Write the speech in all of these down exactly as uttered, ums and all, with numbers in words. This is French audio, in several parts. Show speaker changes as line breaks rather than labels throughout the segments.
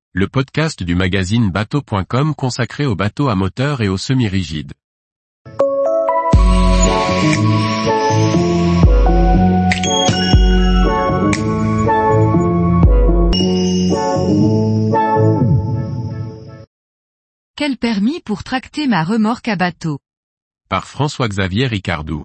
le podcast du magazine bateau point com consacré aux bateaux à moteur et aux semi-rigides.
Quel permis pour tracter ma remorque à bateau?
Par François-Xavier Ricardou.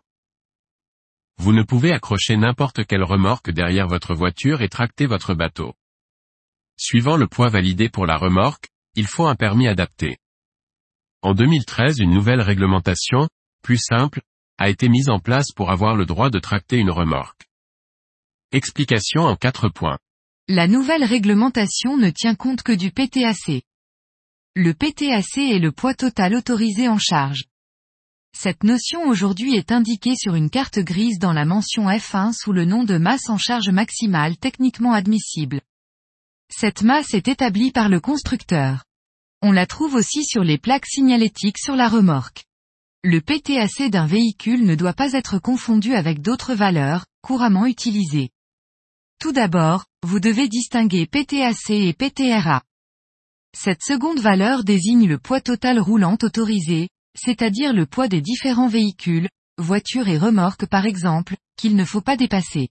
Vous ne pouvez accrocher n'importe quelle remorque derrière votre voiture et tracter votre bateau. Suivant le poids validé pour la remorque, il faut un permis adapté. En deux mille treize, une nouvelle réglementation, plus simple, a été mise en place pour avoir le droit de tracter une remorque. Explication en quatre points.
La nouvelle réglementation ne tient compte que du P T A C. Le P T A C est le poids total autorisé en charge. Cette notion aujourd'hui est indiquée sur une carte grise dans la mention F un sous le nom de masse en charge maximale techniquement admissible. Cette masse est établie par le constructeur. On la trouve aussi sur les plaques signalétiques sur la remorque. Le P T A C d'un véhicule ne doit pas être confondu avec d'autres valeurs, couramment utilisées. Tout d'abord, vous devez distinguer P T A C et P T R A. Cette seconde valeur désigne le poids total roulant autorisé, c'est-à-dire le poids des différents véhicules, voitures et remorques par exemple, qu'il ne faut pas dépasser.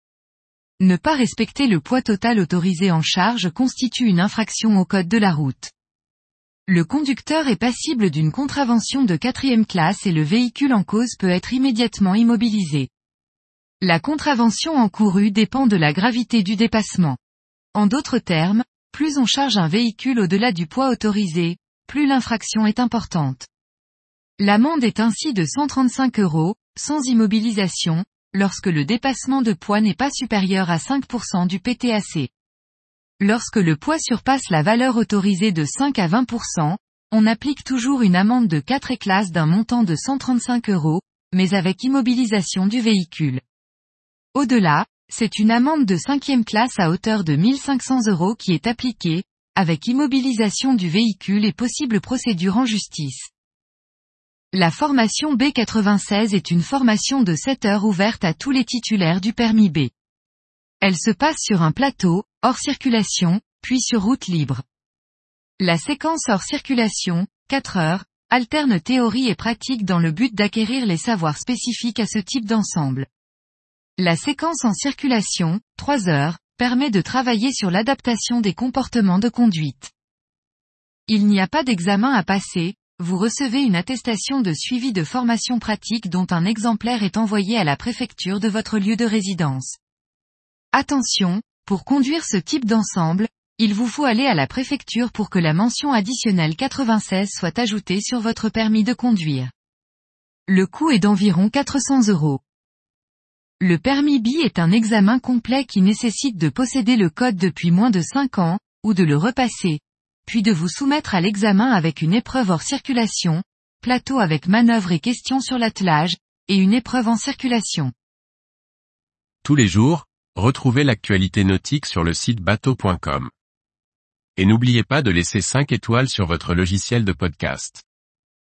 Ne pas respecter le poids total autorisé en charge constitue une infraction au code de la route. Le conducteur est passible d'une contravention de quatrième classe et le véhicule en cause peut être immédiatement immobilisé. La contravention encourue dépend de la gravité du dépassement. En d'autres termes, plus on charge un véhicule au-delà du poids autorisé, plus l'infraction est importante. L'amende est ainsi de cent trente-cinq euros, sans immobilisation, lorsque le dépassement de poids n'est pas supérieur à cinq pour cent du P T A C. Lorsque le poids surpasse la valeur autorisée de cinq à vingt pour cent, on applique toujours une amende de quatre éclasses d'un montant de cent trente-cinq euros, mais avec immobilisation du véhicule. Au-delà, c'est une amende de cinquième classe à hauteur de mille cinq cents euros qui est appliquée, avec immobilisation du véhicule et possible procédure en justice. La formation B quatre-vingt-seize est une formation de sept heures ouverte à tous les titulaires du permis B. Elle se passe sur un plateau, hors circulation, puis sur route libre. La séquence hors circulation, quatre heures, alterne théorie et pratique dans le but d'acquérir les savoirs spécifiques à ce type d'ensemble. La séquence en circulation, trois heures, permet de travailler sur l'adaptation des comportements de conduite. Il n'y a pas d'examen à passer, vous recevez une attestation de suivi de formation pratique dont un exemplaire est envoyé à la préfecture de votre lieu de résidence. Attention, pour conduire ce type d'ensemble, il vous faut aller à la préfecture pour que la mention additionnelle quatre-vingt-seize soit ajoutée sur votre permis de conduire. Le coût est d'environ quatre cents euros. Le permis B est un examen complet qui nécessite de posséder le code depuis moins de cinq ans, ou de le repasser, puis de vous soumettre à l'examen avec une épreuve hors circulation, plateau avec manœuvre et questions sur l'attelage, et une épreuve en circulation.
Tous les jours, retrouvez l'actualité nautique sur le site bateau point com. Et n'oubliez pas de laisser cinq étoiles sur votre logiciel de podcast.